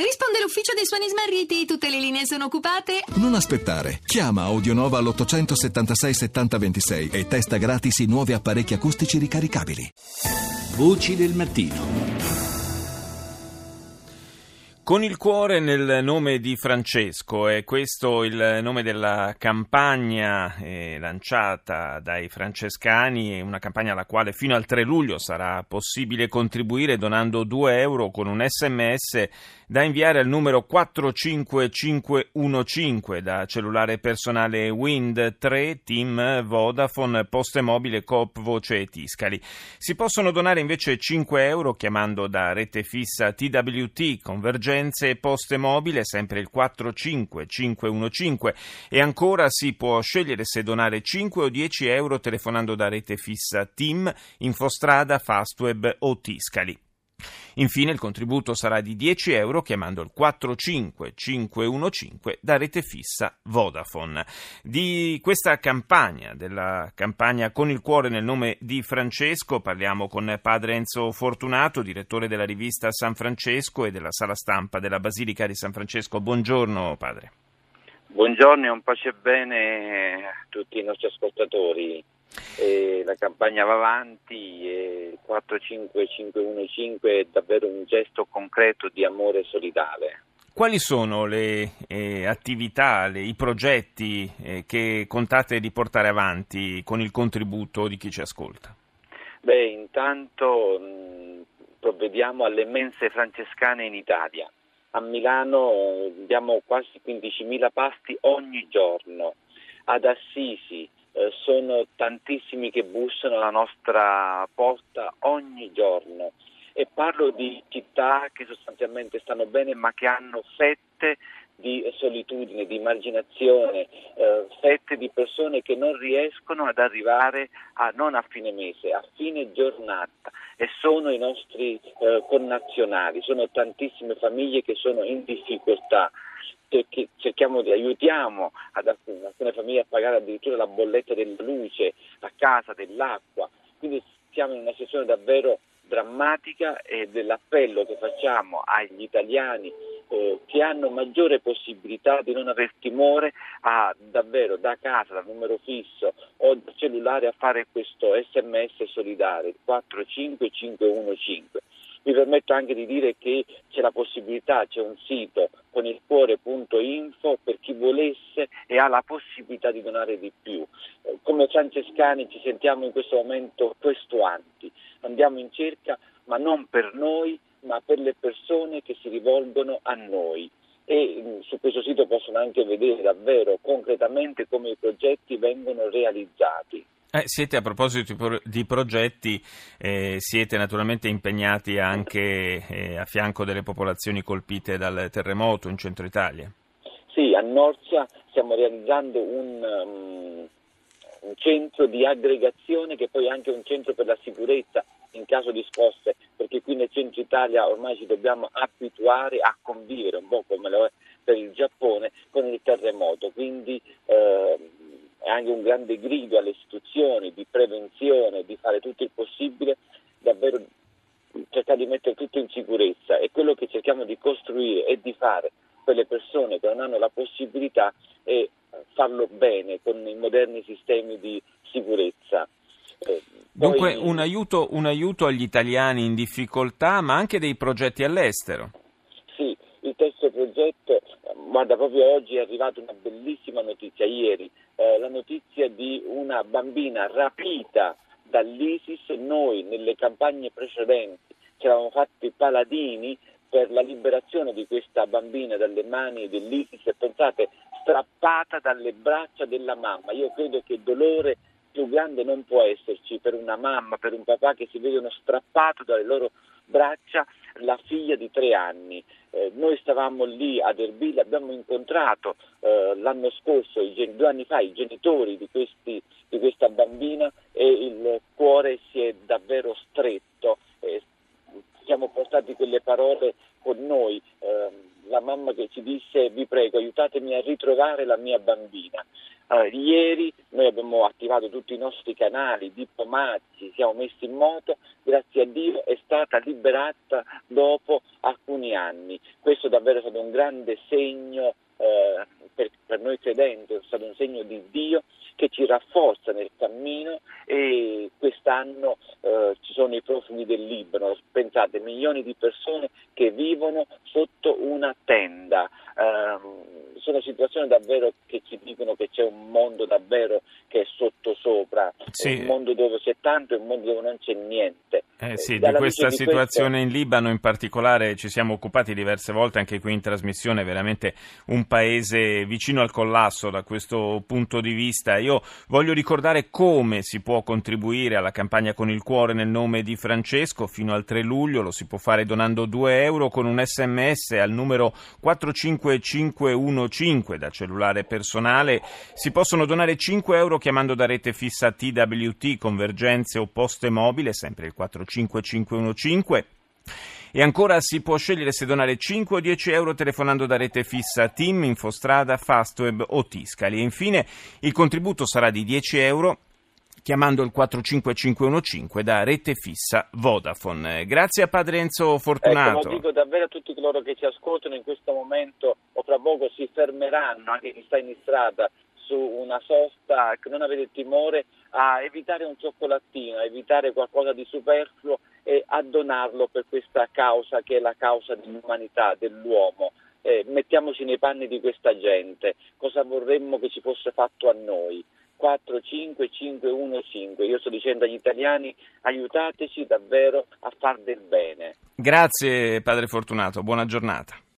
Risponde l'ufficio dei suoni smarriti, tutte le linee sono occupate. Non aspettare. Chiama Audionova all'876 70 26 e testa gratis i nuovi apparecchi acustici ricaricabili. Voci del mattino. Con il cuore nel nome di Francesco, è questo il nome della campagna lanciata dai francescani, una campagna alla quale fino al 3 luglio sarà possibile contribuire donando €2 con un SMS da inviare al numero 45515 da cellulare personale Wind 3, Team, Vodafone, Poste Mobile, Coop, Voce e Tiscali. Si possono donare invece €5 chiamando da rete fissa TWT, Convergenze e Poste Mobile, sempre il 45515, e ancora si può scegliere se donare 5 o €10 telefonando da rete fissa TIM, Infostrada, Fastweb o Tiscali. Infine il contributo sarà di €10 chiamando il 45515 da rete fissa Vodafone. Di questa campagna, della campagna Con il cuore nel nome di Francesco, parliamo con padre Enzo Fortunato, direttore della rivista San Francesco e della sala stampa della Basilica di San Francesco. Buongiorno padre. Buongiorno e un pace e bene a tutti i nostri ascoltatori. La campagna va avanti e il 45515 è davvero un gesto concreto di amore solidale. Quali sono le attività, i progetti che contate di portare avanti con il contributo di chi ci ascolta? Intanto provvediamo alle mense francescane in Italia. A Milano abbiamo quasi 15.000 pasti ogni giorno. Ad Assisi sono tantissimi che bussano alla nostra porta ogni giorno, e parlo di città che sostanzialmente stanno bene ma che hanno fette di solitudine, di marginazione, fette di persone che non riescono ad arrivare non a fine mese, a fine giornata, e sono i nostri connazionali, sono tantissime famiglie che sono in difficoltà. Che aiutiamo ad alcune famiglie a pagare addirittura la bolletta della luce, a casa, dell'acqua. Quindi siamo in una situazione davvero drammatica, e dell'appello che facciamo agli italiani che hanno maggiore possibilità di non aver timore a davvero da casa, dal numero fisso o dal cellulare, a fare questo SMS solidale, il 45515. Mi permetto anche di dire che c'è la possibilità, c'è un sito con il cuore.info per chi volesse e ha la possibilità di donare di più. Come francescani ci sentiamo in questo momento questuanti, andiamo in cerca, ma non per noi, ma per le persone che si rivolgono a noi. E su questo sito possono anche vedere davvero concretamente come i progetti vengono realizzati. Siete, a proposito di progetti, siete naturalmente impegnati anche a fianco delle popolazioni colpite dal terremoto in centro Italia? Sì, a Norcia stiamo realizzando un centro di aggregazione, che poi è anche un centro per la sicurezza in caso di scosse, perché qui nel centro Italia ormai ci dobbiamo abituare a convivere, un po' come lo è per il Giappone, con il terremoto. Quindi è anche un grande grido alle istituzioni di prevenzione, di fare tutto il possibile, davvero cercare di mettere tutto in sicurezza, e quello che cerchiamo di costruire e di fare per le persone che non hanno la possibilità è farlo bene con i moderni sistemi di sicurezza. Dunque un aiuto agli italiani in difficoltà, ma anche dei progetti all'estero. Sì, il terzo progetto, guarda, proprio oggi è arrivata una bellissima notizia, ieri, la notizia di una bambina rapita dall'ISIS. Noi nelle campagne precedenti ci eravamo fatti paladini per la liberazione di questa bambina dalle mani dell'ISIS, e pensate, strappata dalle braccia della mamma. Io credo che dolore più grande non può esserci per una mamma, per un papà che si vedono strappato dalle loro braccia la figlia di 3 anni. Noi stavamo lì ad Erbil, abbiamo incontrato l'anno scorso, 2 anni fa, i genitori di questa bambina, e il cuore si è davvero stretto. Siamo portati quelle parole con noi, la mamma che ci disse: vi prego, aiutatemi a ritrovare la mia bambina. Ieri noi abbiamo attivato tutti i nostri canali diplomatici, siamo messi in moto, grazie a Dio è stata liberata dopo alcuni anni. Questo davvero è stato un grande segno per noi credenti, è stato un segno di Dio che ci rafforza nel cammino, e quest'anno ci sono i profughi del Libano, pensate, milioni di persone che vivono sotto una tenda. Sono situazioni davvero che ci dicono che c'è un mondo davvero che è sottosopra, sì. Un mondo dove c'è tanto e un mondo dove non c'è niente. Sì, di questa situazione in Libano in particolare ci siamo occupati diverse volte anche qui in trasmissione, veramente un paese vicino al collasso da questo punto di vista. Io voglio ricordare come si può contribuire alla campagna Con il cuore nel nome di Francesco. Fino al 3 luglio lo si può fare donando €2 con un SMS al numero 45515 da cellulare personale. Si possono donare €5 chiamando da rete fissa TWT, Convergenze o Poste Mobile, sempre il 45515. E ancora si può scegliere se donare 5 o €10 telefonando da rete fissa TIM, Infostrada, Fastweb o Tiscali. E infine il contributo sarà di €10 chiamando il 45515 da rete fissa Vodafone. Grazie a Padre Enzo Fortunato. Lo dico davvero a tutti coloro che ci ascoltano in questo momento o fra poco si fermeranno, anche chi sta in strada, su una sosta, che non avete timore a evitare un cioccolatino, a evitare qualcosa di superfluo e a donarlo per questa causa che è la causa dell'umanità, dell'uomo. Mettiamoci nei panni di questa gente, cosa vorremmo che ci fosse fatto a noi? 45515. Io sto dicendo agli italiani: aiutateci davvero a far del bene. Grazie Padre Fortunato, buona giornata.